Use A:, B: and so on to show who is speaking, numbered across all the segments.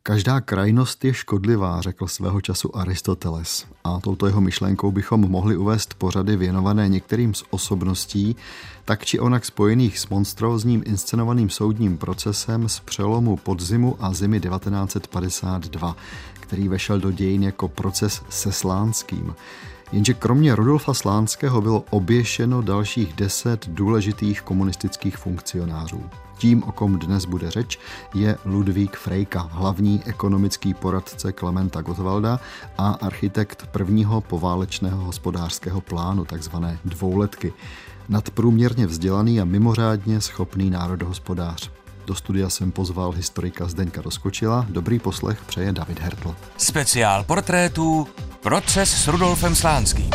A: Každá krajnost je škodlivá, řekl svého času Aristoteles. A touto jeho myšlenkou bychom mohli uvést pořady věnované některým z osobností, tak či onak spojených s monstrózním inscenovaným soudním procesem z přelomu podzimu a zimy 1952, který vešel do dějin jako proces se Slánským. Jenže kromě Rudolfa Slánského bylo oběšeno dalších 10 důležitých komunistických funkcionářů. Tím, o kom dnes bude řeč, je Ludvík Frejka, hlavní ekonomický poradce Klementa Gottwalda a architekt prvního poválečného hospodářského plánu, takzvané dvouletky. Nadprůměrně vzdělaný a mimořádně schopný národohospodář. Do studia jsem pozval historika Zdeňka Rozkočila. Dobrý poslech přeje David Hertl.
B: Speciál portrétů Proces s Rudolfem Slánským.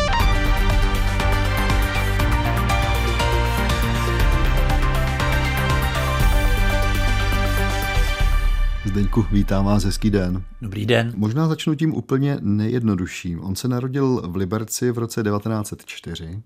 A: Zdeňku, vítám vás, hezký den.
C: Dobrý den.
A: Možná začnu tím úplně nejjednodušším. On se narodil v Liberci v roce 1904.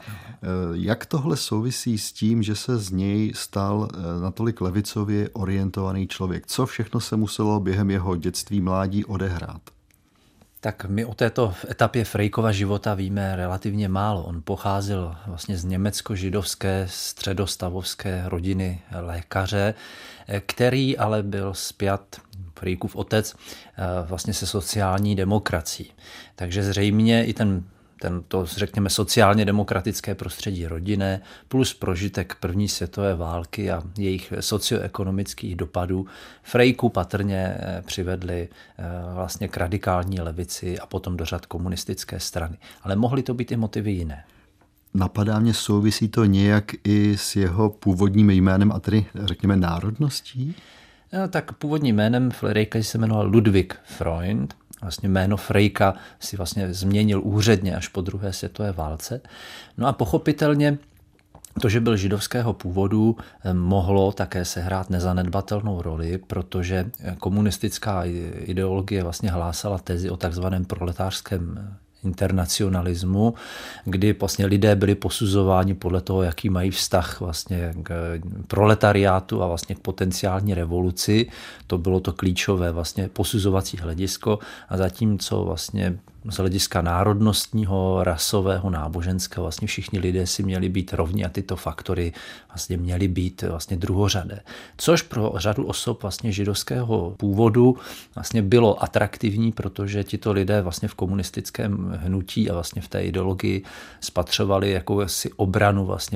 A: Jak tohle souvisí s tím, že se z něj stal natolik levicově orientovaný člověk? Co všechno se muselo během jeho dětství, mládí odehrát?
C: Tak my o této etapě Frejkova života víme relativně málo. On pocházel vlastně z německo-židovské středostavovské rodiny lékaře, který ale byl spjat, Frejkův otec, vlastně se sociální demokracií. Takže zřejmě i to, řekněme, sociálně demokratické prostředí rodinné plus prožitek první světové války a jejich socioekonomických dopadů Frejku patrně přivedli vlastně k radikální levici a potom do řad komunistické strany. Ale mohly to být i motivy jiné.
A: Napadá mě, souvisí to nějak i s jeho původním jménem a tedy, řekněme, národností?
C: No, tak původním jménem Frejka se jmenoval Ludwig Freund. Vlastně jméno Frejka si vlastně změnil úředně až po druhé světové válce. No a pochopitelně to, že byl židovského původu, mohlo také sehrát nezanedbatelnou roli, protože komunistická ideologie vlastně hlásala tezi o takzvaném proletářském internacionalismu, kdy vlastně lidé byli posuzováni podle toho, jaký mají vztah vlastně k proletariátu a vlastně k potenciální revoluci. To bylo to klíčové vlastně posuzovací hledisko a zatímco vlastně z hlediska národnostního, rasového, náboženského vlastně všichni lidé si měli být rovni a tyto faktory vlastně měly být vlastně druhořadé. Což pro řadu osob vlastně židovského původu vlastně bylo atraktivní, protože tito lidé vlastně v komunistickém hnutí a vlastně v té ideologii spatřovali jakousi obranu vlastně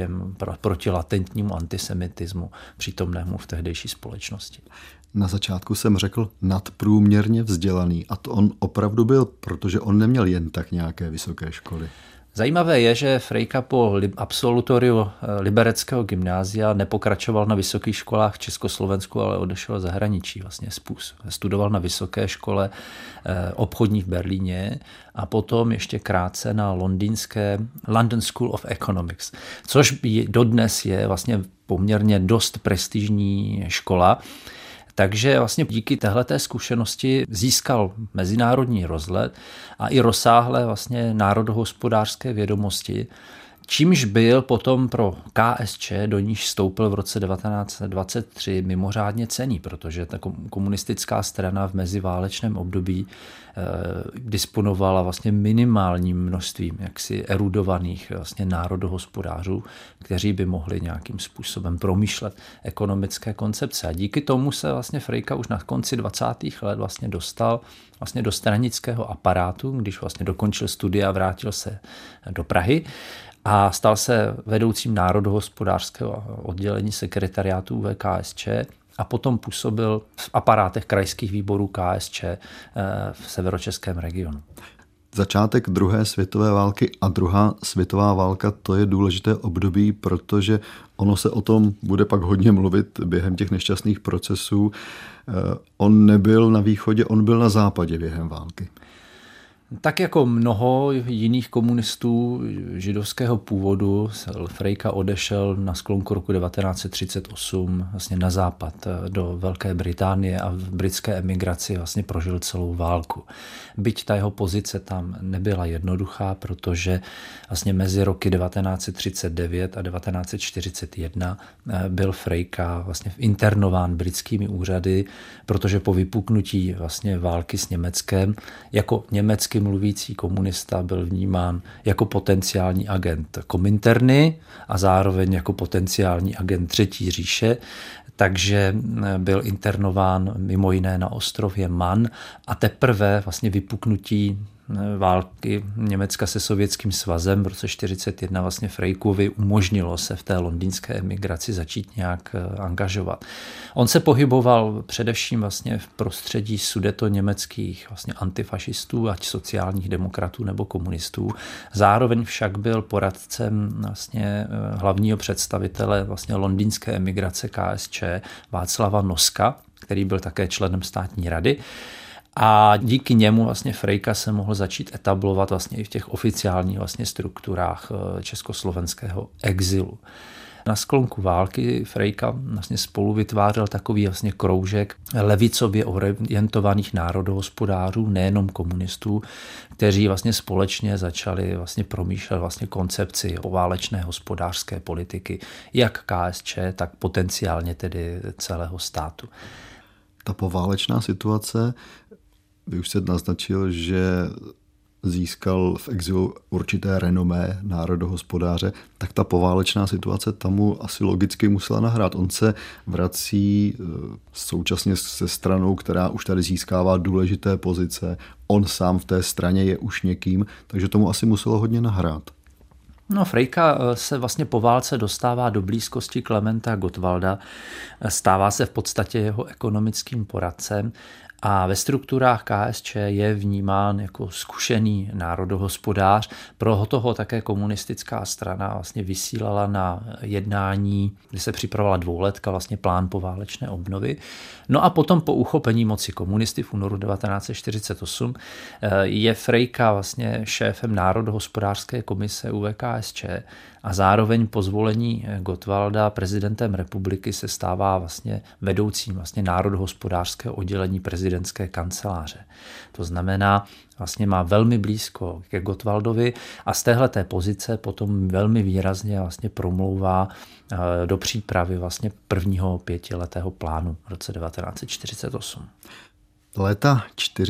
C: proti latentnímu antisemitismu přítomnému v tehdejší společnosti.
A: Na začátku jsem řekl nadprůměrně vzdělaný a to on opravdu byl, protože on neměl jen tak nějaké vysoké školy.
C: Zajímavé je, že Frejka po absolutoriu libereckého gymnázia nepokračoval na vysokých školách v Československu, ale odešel za zahraničí. Vlastně studoval na vysoké škole obchodní v Berlíně a potom ještě krátce na londýnské London School of Economics, což dodnes je vlastně poměrně dost prestižní škola. Takže vlastně díky téhleté zkušenosti získal mezinárodní rozhled a i rozsáhlé vlastně národohospodářské vědomosti, čímž byl potom pro KSČ, do níž vstoupil v roce 1923, mimořádně cenný, protože ta komunistická strana v meziválečném období disponovala vlastně minimálním množstvím jaksi erudovaných vlastně národohospodářů, kteří by mohli nějakým způsobem promýšlet ekonomické koncepce. A díky tomu se vlastně Frejka už na konci 20. let vlastně dostal vlastně do stranického aparátu, když vlastně dokončil studia a vrátil se do Prahy. A stal se vedoucím národohospodářského oddělení sekretariátu VKSČ a potom působil v aparátech krajských výborů KSČ v severočeském regionu.
A: Začátek druhé světové války a druhá světová válka, to je důležité období, protože ono se o tom bude pak hodně mluvit během těch nešťastných procesů. On nebyl na východě, on byl na západě během války.
C: Tak jako mnoho jiných komunistů židovského původu, Frejka odešel na sklonku roku 1938 vlastně na západ do Velké Británie a v britské emigraci vlastně prožil celou válku. Byť ta jeho pozice tam nebyla jednoduchá, protože vlastně mezi roky 1939 a 1941 byl Frejka vlastně internován britskými úřady, protože po vypuknutí vlastně války s Německem jako německy mluvící komunista byl vnímán jako potenciální agent Kominterny a zároveň jako potenciální agent Třetí říše, takže byl internován mimo jiné na ostrově Man a teprve vlastně vypuknutí války Německa se Sovětským svazem v roce 1941 vlastně Frejkovi umožnilo se v té londýnské emigraci začít nějak angažovat. On se pohyboval především vlastně v prostředí sudetoněmeckých vlastně antifašistů, ať sociálních demokratů nebo komunistů. Zároveň však byl poradcem vlastně hlavního představitele vlastně londýnské emigrace KSČ Václava Noska, který byl také členem státní rady. A díky němu vlastně Frejka se mohl začít etablovat vlastně i v těch oficiálních vlastně strukturách československého exilu. Na sklonku války Frejka vlastně spolu vytvářel takový vlastně kroužek levicově orientovaných národohospodářů, nejenom komunistů, kteří vlastně společně začali vlastně promýšlet vlastně koncepci poválečné hospodářské politiky, jak KSČ, tak potenciálně tedy celého státu.
A: Ta poválečná situace, vy už jste naznačil, že získal v exilu určité renomé národohospodáře, tak ta poválečná situace tam mu asi logicky musela nahrát. On se vrací současně se stranou, která už tady získává důležité pozice. On sám v té straně je už někým, takže tomu asi muselo hodně nahrát.
C: No, Frejka se vlastně po válce dostává do blízkosti Klementa Gottwalda, stává se v podstatě jeho ekonomickým poradcem a ve strukturách KSČ je vnímán jako zkušený národohospodář. Pro toho také komunistická strana vlastně vysílala na jednání, kdy se připravovala dvouletka, vlastně plán poválečné obnovy. No a potom po uchopení moci komunisty v únoru 1948 je Frejka vlastně šéfem národohospodářské komise UVKSČ a zároveň po zvolení Gottwalda prezidentem republiky se stává vlastně vedoucím vlastně národohospodářského oddělení prezidentské kanceláře. To znamená, vlastně má velmi blízko ke Gottwaldovi a z téhleté pozice potom velmi výrazně vlastně promlouvá do přípravy vlastně prvního 5letého plánu v roce 1948.
A: Léta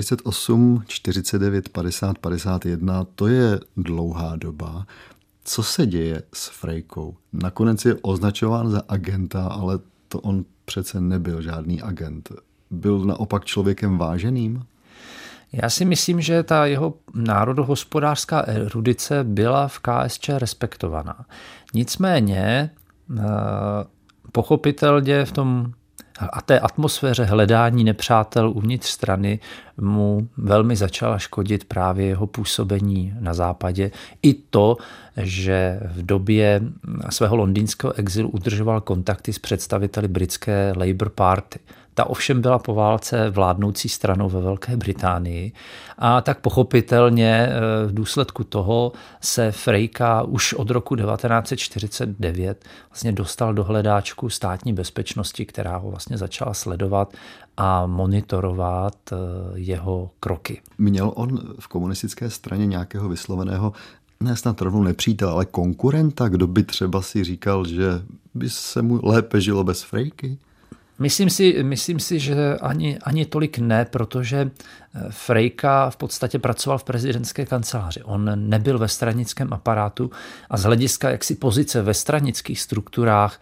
A: 48, 49, 50, 51, to je dlouhá doba. Co se děje s Frejkou? Nakonec je označován za agenta, ale to on přece nebyl žádný agent. Byl naopak člověkem váženým?
C: Já si myslím, že ta jeho národohospodářská erudice byla v KSČ respektovaná. Nicméně pochopitelně v tom a té atmosféře hledání nepřátel uvnitř strany mu velmi začala škodit právě jeho působení na západě. I to, že v době svého londýnského exilu udržoval kontakty s představiteli britské Labour Party. Ta ovšem byla po válce vládnoucí stranou ve Velké Británii a tak pochopitelně v důsledku toho se Frejka už od roku 1949 vlastně dostal do hledáčku státní bezpečnosti, která ho vlastně začala sledovat a monitorovat jeho kroky.
A: Měl on v komunistické straně nějakého vysloveného ne snad rovnou nepřítele, ale konkurenta, kdo by třeba si říkal, že by se mu lépe žilo bez Frejky?
C: Myslím si, že ani tolik ne, protože Frejka v podstatě pracoval v prezidentské kanceláři. On nebyl ve stranickém aparátu a z hlediska jaksi pozice ve stranických strukturách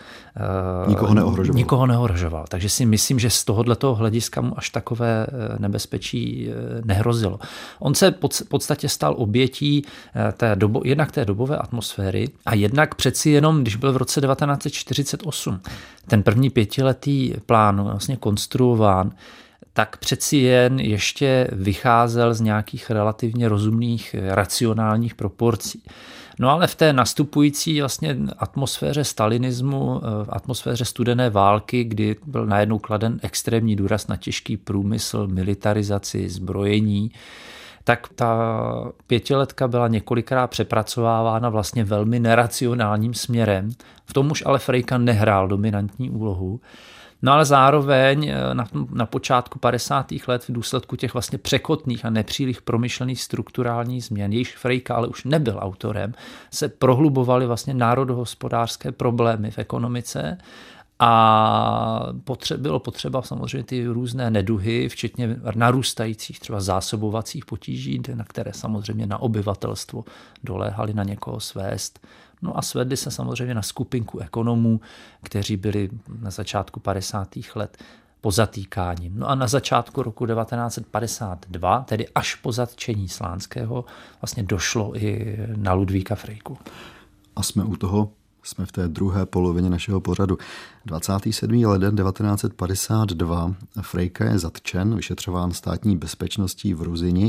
C: nikoho neohrožoval. Takže si myslím, že z tohoto hlediska mu až takové nebezpečí nehrozilo. On se v podstatě stal obětí jednak té dobové atmosféry a jednak přeci jenom, když byl v roce 1948 ten první 5letý plán vlastně konstruován, tak přeci jen ještě vycházel z nějakých relativně rozumných, racionálních proporcí. No ale v té nastupující vlastně atmosféře stalinismu, atmosféře studené války, kdy byl najednou kladen extrémní důraz na těžký průmysl, militarizaci, zbrojení, tak ta pětiletka byla několikrát přepracovávána vlastně velmi neracionálním směrem. V tom už ale Frejka nehrál dominantní úlohu. No ale zároveň na počátku 50. let v důsledku těch vlastně překotných a nepříliš promyšlených strukturálních změn, jejichž Frejka ale už nebyl autorem, se prohlubovaly vlastně národohospodářské problémy v ekonomice a bylo potřeba samozřejmě ty různé neduhy, včetně narůstajících třeba zásobovacích potíží, na které samozřejmě na obyvatelstvo doléhali na někoho svést. No a svedli se samozřejmě na skupinku ekonomů, kteří byli na začátku 50. let po zatýkání. No a na začátku roku 1952, tedy až po zatčení Slánského, vlastně došlo i na Ludvíka Frejku.
A: A jsme v té druhé polovině našeho pořadu. 27. leden 1952 Frejka je zatčen, vyšetřován státní bezpečností v Ruzini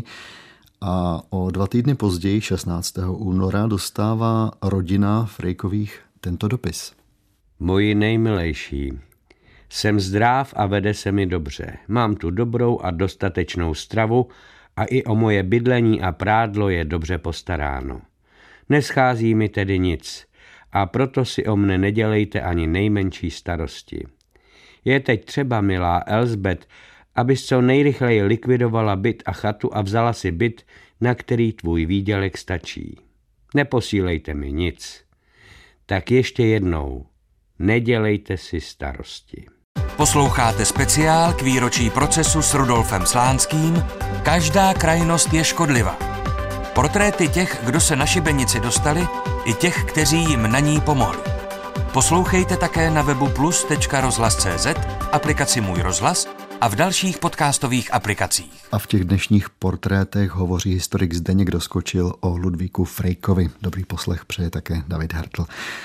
A: a o 2 týdny později, 16. února, dostává rodina Frejkových tento dopis.
D: Moji nejmilejší, jsem zdráv a vede se mi dobře. Mám tu dobrou a dostatečnou stravu a i o moje bydlení a prádlo je dobře postaráno. Neschází mi tedy nic a proto si o mne nedělejte ani nejmenší starosti. Je teď třeba, milá Elsbeth, abys co nejrychleji likvidovala byt a chatu a vzala si byt, na který tvůj výdělek stačí. Neposílejte mi nic. Tak ještě jednou, nedělejte si starosti.
B: Posloucháte speciál k výročí procesu s Rudolfem Slánským Každá krajnost je škodlivá. Portréty těch, kdo se na šibenici dostali, i těch, kteří jim na ní pomohli. Poslouchejte také na webu plus.rozhlas.cz, aplikaci Můj rozhlas a v dalších podcastových aplikacích.
A: A v těch dnešních portrétech hovoří historik Zdeněk Doskočil o Ludvíku Frejkovi. Dobrý poslech přeje také David Hertl.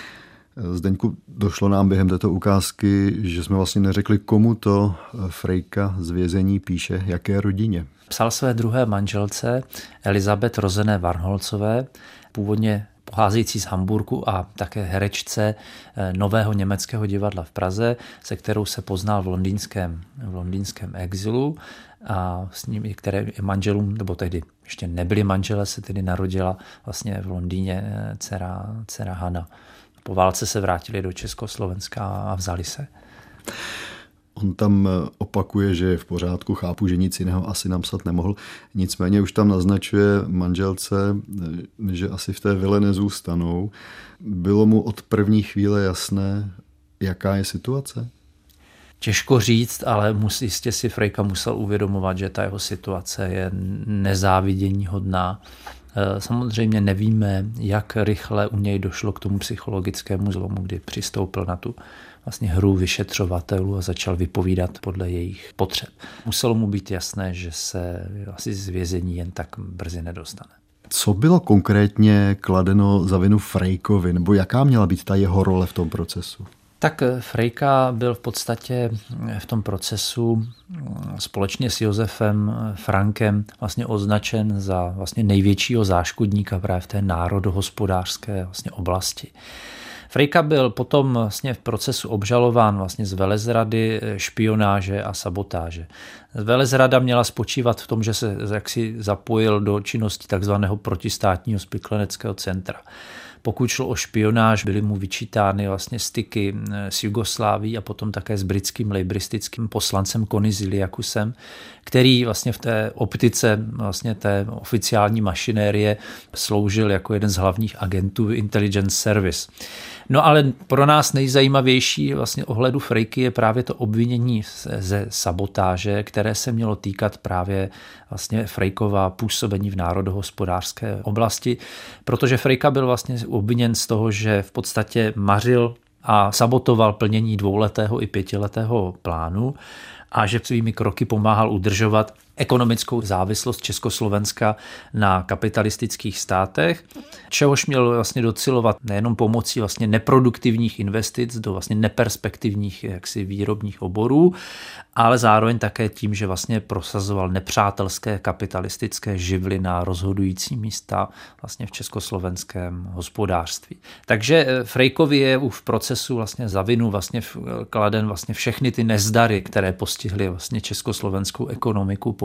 A: Zdeňku, došlo nám během této ukázky, že jsme vlastně neřekli, komu to Frejka z vězení píše, jaké rodině.
C: Psal své druhé manželce Elizabeth rozené Varnholcové, původně pocházející z Hamburku a také herečce Nového německého divadla v Praze, se kterou se poznal v londýnském exilu a s ním, které manželům, nebo tehdy ještě nebyli manželé, se tedy narodila vlastně v Londýně dcera Hana. Po válce se vrátili do Československa a vzali se.
A: On tam opakuje, že je v pořádku, chápu, že nic jiného asi napsat nemohl. Nicméně už tam naznačuje manželce, že asi v té vile nezůstanou. Bylo mu od první chvíle jasné, jaká je situace?
C: Těžko říct, ale jistě si Frejka musel uvědomovat, že ta jeho situace je nezáviděníhodná. Samozřejmě nevíme, jak rychle u něj došlo k tomu psychologickému zlomu, kdy přistoupil na tu vlastně hru vyšetřovatelů a začal vypovídat podle jejich potřeb. Muselo mu být jasné, že se asi z vězení jen tak brzy nedostane.
A: Co bylo konkrétně kladeno za vinu Frejkovi, nebo jaká měla být ta jeho role v tom procesu?
C: Tak Frejka byl v podstatě v tom procesu společně s Josefem Frankem vlastně označen za vlastně největšího záškodníka právě v té národohospodářské vlastně oblasti. Frejka byl potom vlastně v procesu obžalován vlastně z velezrady, špionáže a sabotáže. Velezrada měla spočívat v tom, že se jaksi zapojil do činnosti takzvaného protistátního spikleneckého centra. Pokud šlo o špionáž, byly mu vyčítány vlastně styky s Jugoslávií a potom také s britským lejbristickým poslancem Koniziliakusem, který vlastně v té optice vlastně té oficiální mašinérie sloužil jako jeden z hlavních agentů Intelligence Service. No ale pro nás nejzajímavější vlastně ohledu Frejky je právě to obvinění ze sabotáže, které se mělo týkat právě vlastně Frejkova působení v národohospodářské oblasti, protože Frejka byl vlastně obviněn z toho, že v podstatě mařil a sabotoval plnění 2letého i 5letého plánu a že svými kroky pomáhal udržovat ekonomickou závislost Československa na kapitalistických státech, čehož měl vlastně docilovat nejenom pomocí vlastně neproduktivních investic do vlastně neperspektivních jaksi výrobních oborů, ale zároveň také tím, že vlastně prosazoval nepřátelské kapitalistické živly na rozhodující místa vlastně v československém hospodářství. Takže Frejkovi je už v procesu vlastně za vinu vlastně kladen vlastně všechny ty nezdary, které postihly vlastně československou ekonomiku po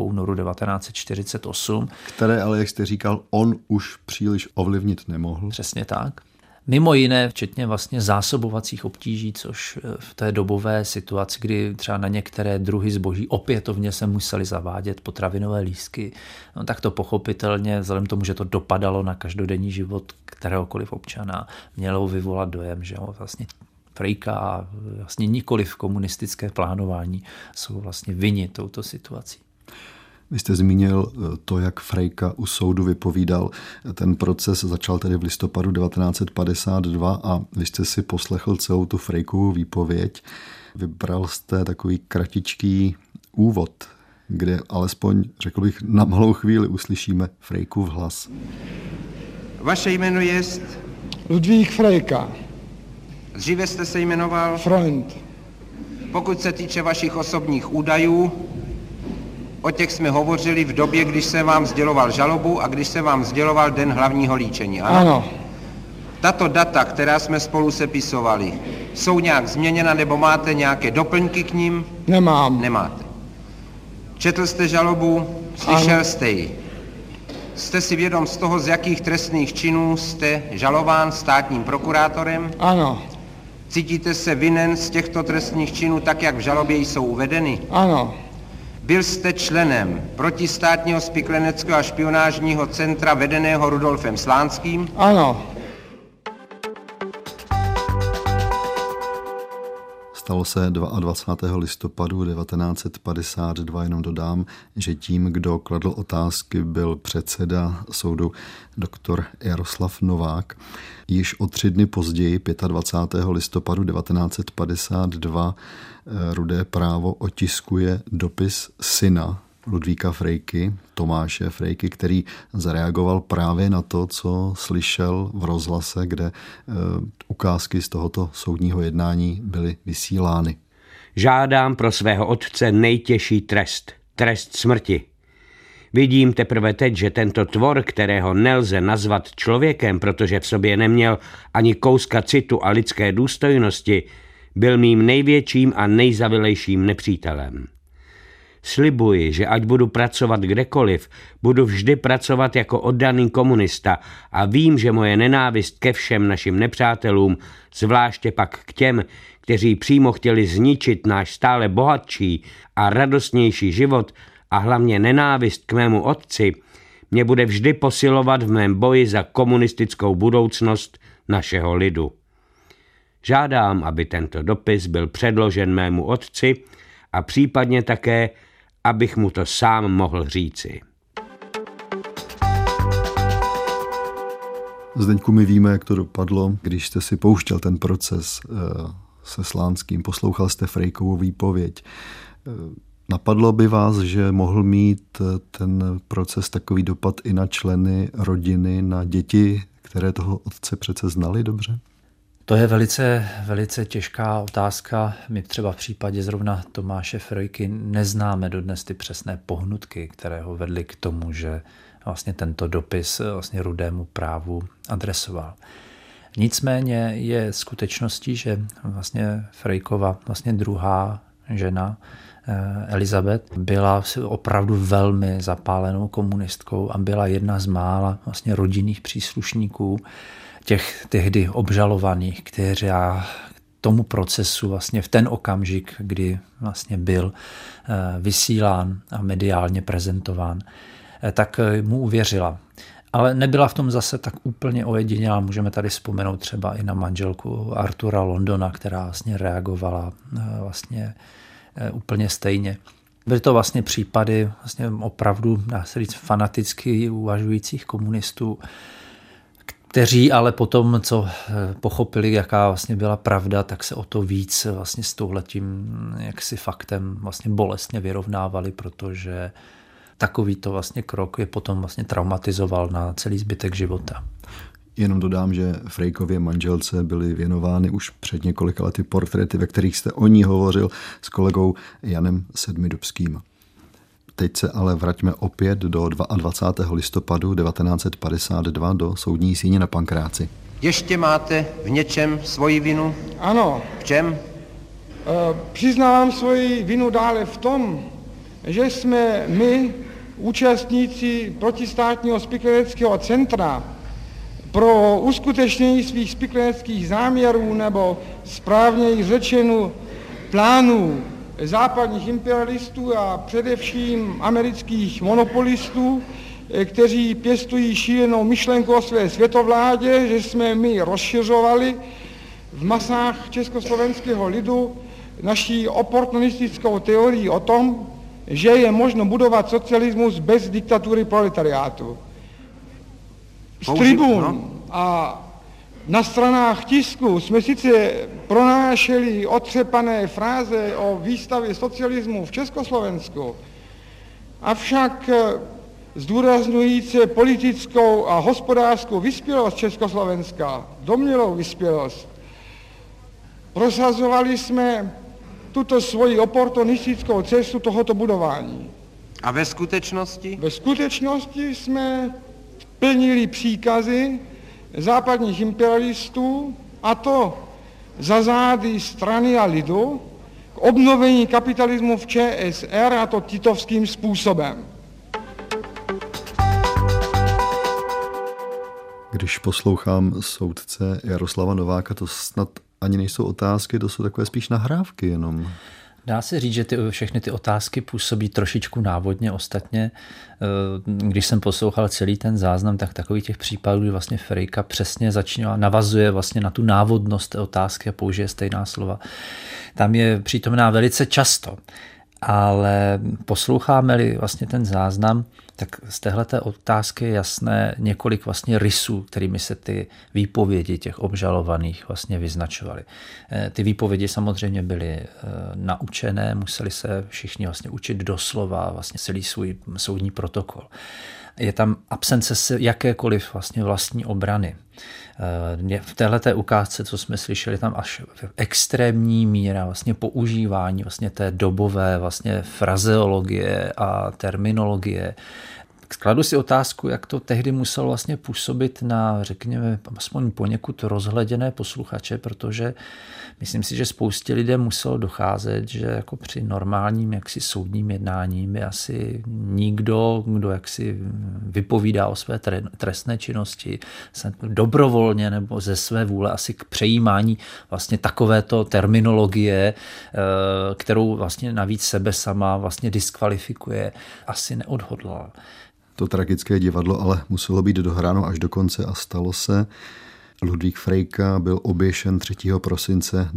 C: únoru 1948.
A: Které ale, jak jste říkal, on už příliš ovlivnit nemohl.
C: Přesně tak. Mimo jiné, včetně vlastně zásobovacích obtíží, což v té dobové situaci, kdy třeba na některé druhy zboží opětovně se museli zavádět potravinové lístky, no, tak to pochopitelně, vzhledem k tomu, že to dopadalo na každodenní život kteréhokoliv občana, mělo vyvolat dojem, že vlastně Frejka a vlastně nikoliv komunistické plánování jsou vlastně vinni touto situací.
A: Vy jste zmínil to, jak Frejka u soudu vypovídal. Ten proces začal tedy v listopadu 1952 a vy jste si poslechl celou tu Frejkovu výpověď. Vybral jste takový kratičký úvod, kde alespoň, řekl bych, na malou chvíli uslyšíme Frejkův hlas.
E: Vaše jméno jest?
F: Ludvík Frejka.
E: Dříve jste se jmenoval?
F: Freund.
E: Pokud se týče vašich osobních údajů, o těch jsme hovořili v době, když jsem vám sděloval žalobu a když jsem vám sděloval den hlavního líčení, ano?
F: Ano.
E: Tato data, která jsme spolu sepisovali, jsou nějak změněna nebo máte nějaké doplňky k nim?
F: Nemám.
E: Nemáte. Četl jste žalobu, slyšel
F: Ano.
E: jste ji. Jste si vědom z toho, z jakých trestných činů jste žalován státním prokurátorem?
F: Ano.
E: Cítíte se vinen z těchto trestných činů tak, jak v žalobě jsou uvedeny?
F: Ano.
E: Byl jste členem protistátního spikleneckého a špionážního centra vedeného Rudolfem Slánským?
F: Ano.
A: Stalo se 22. listopadu 1952, jenom dodám, že tím, kdo kladl otázky, byl předseda soudu doktor Jaroslav Novák. Již o 3 dny později, 25. listopadu 1952, Rudé právo otiskuje dopis syna Ludvíka Frejky, Tomáše Frejky, který zareagoval právě na to, co slyšel v rozhlase, kde ukázky z tohoto soudního jednání byly vysílány.
D: Žádám pro svého otce nejtěžší trest, trest smrti. Vidím teprve teď, že tento tvor, kterého nelze nazvat člověkem, protože v sobě neměl ani kouska citu a lidské důstojnosti, byl mým největším a nejzavilejším nepřítelem. Slibuji, že ať budu pracovat kdekoliv, budu vždy pracovat jako oddaný komunista a vím, že moje nenávist ke všem našim nepřátelům, zvláště pak k těm, kteří přímo chtěli zničit náš stále bohatší a radostnější život a hlavně nenávist k mému otci, mě bude vždy posilovat v mém boji za komunistickou budoucnost našeho lidu. Žádám, aby tento dopis byl předložen mému otci a případně také, abych mu to sám mohl říci.
A: Zdeňku, my víme, jak to dopadlo, když jste si pouštěl ten proces se Slánským, poslouchal jste Frejkovu výpověď. Napadlo by vás, že mohl mít ten proces takový dopad i na členy rodiny, na děti, které toho otce přece znali dobře?
C: To je velice těžká otázka. My třeba v případě zrovna Tomáše Frejky neznáme dodnes ty přesné pohnutky, které ho vedly k tomu, že vlastně tento dopis vlastně Rudému právu adresoval. Nicméně je skutečností, že vlastně Frejkova vlastně druhá žena Elizabeth byla opravdu velmi zapálenou komunistkou a byla jedna z mála vlastně rodinných příslušníků těch tehdy obžalovaných, kteří tomu procesu vlastně v ten okamžik, kdy vlastně byl vysílán a mediálně prezentován, tak mu uvěřila. Ale nebyla v tom zase tak úplně ojedinělá. Můžeme tady vzpomenout třeba i na manželku Artura Londona, která vlastně reagovala vlastně úplně stejně. Byly to vlastně případy vlastně opravdu, dá se říct, fanaticky uvažujících komunistů, kteří ale potom, co pochopili, jaká vlastně byla pravda, tak se o to víc vlastně s touhletím jaksi faktem vlastně bolestně vyrovnávali, protože takovýto vlastně krok je potom vlastně traumatizoval na celý zbytek života.
A: Jenom dodám, že Frejkově manželce byly věnovány už před několika lety portréty, ve kterých jste o ní hovořil s kolegou Janem Sedmidubským. Teď se ale vraťme opět do 22. listopadu 1952 do soudní síně na Pankráci.
E: Ještě máte v něčem svoji vinu?
F: Ano.
E: V čem?
F: Přiznávám svoji vinu dále v tom, že jsme my, účastníci protistátního spikleneckého centra, pro uskutečnění svých spikleneckých záměrů, nebo správněji řečeno plánů západních imperialistů a především amerických monopolistů, kteří pěstují šílenou myšlenku o své světovládě, že jsme my rozšiřovali v masách československého lidu naší oportunistickou teorii o tom, že je možno budovat socialismus bez diktatury proletariátu. Z tribun a na stranách tisku jsme sice pronášeli otřepané fráze o výstavě socialismu v Československu, avšak zdůrazňující politickou a hospodářskou vyspělost Československa, domnělou vyspělost, prosazovali jsme tuto svoji oportunistickou cestu tohoto budování.
E: A ve skutečnosti?
F: Ve skutečnosti jsme plnili příkazy západních imperialistů, a to za zády strany a lidu, k obnovení kapitalismu v ČSR, a to titovským způsobem.
A: Když poslouchám soudce Jaroslava Nováka, to snad ani nejsou otázky, to jsou takové spíš nahrávky jenom.
C: Dá se říct, že všechny ty otázky působí trošičku návodně. Ostatně, když jsem poslouchal celý ten záznam, tak takových těch případů, kdy vlastně Frejka přesně navazuje vlastně na tu návodnost té otázky a použije stejná slova, tam je přítomná velice často. Ale posloucháme-li vlastně ten záznam, tak z téhleté otázky je jasné několik vlastně rysů, kterými se ty výpovědi těch obžalovaných vlastně vyznačovaly. Ty výpovědi samozřejmě byly naučené, museli se všichni vlastně učit doslova vlastně celý svůj soudní protokol. Je tam absence jakékoliv vlastně vlastní obrany. V téhleté ukázce, co jsme slyšeli, tam až extrémní míra vlastně používání vlastně té dobové vlastně frazeologie a terminologie. Kladu si otázku, jak to tehdy muselo vlastně působit na, řekněme, aspoň poněkud rozhleděné posluchače, protože myslím si, že spoustě lidem muselo docházet, že jako při normálním jaksi soudním jednáním by asi nikdo, kdo jaksi vypovídá o své trestné činnosti, se dobrovolně nebo ze své vůle asi k přejímání vlastně takovéto terminologie, kterou vlastně navíc sebe sama vlastně diskvalifikuje, asi neodhodlal.
A: To tragické divadlo ale muselo být dohráno až do konce a stalo se. Ludvík Frejka byl oběšen 3. prosince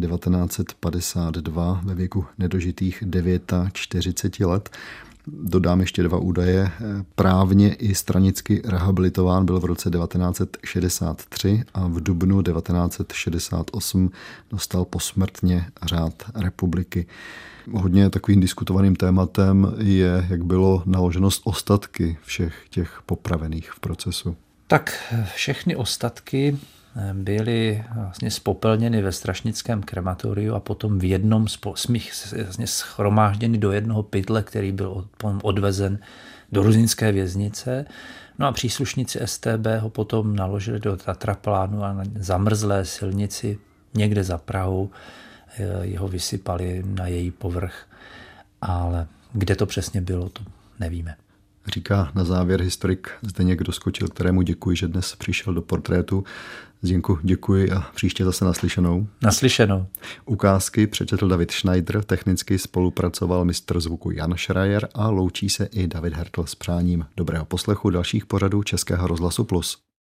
A: 1952 ve věku nedožitých 49 let. Dodám ještě 2 údaje. Právně i stranicky rehabilitován byl v roce 1963 a v dubnu 1968 dostal posmrtně Řád republiky. Hodně takovým diskutovaným tématem je, jak bylo naloženo s ostatky všech těch popravených v procesu.
C: Tak všechny ostatky byly vlastně spopelněny ve strašnickém krematoriu a potom v jednom vlastně schromážděny do jednoho pytle, který byl odvezen do ruzyňské věznice. No a příslušníci StB ho potom naložili do Tatraplánu a na zamrzlé silnici někde za Prahou jeho vysypali na její povrch. Ale kde to přesně bylo, to nevíme.
A: Říká na závěr historik Zdeněk Doskočil, kterému děkuji, že dnes přišel do Portrétu. Zdenku, děkuji a příště zase naslyšenou.
C: Naslyšenou.
A: Ukázky přečetl David Schneider, technicky spolupracoval mistr zvuku Jan Schreier a loučí se i David Hertl s přáním dobrého poslechu dalších pořadů Českého rozhlasu Plus.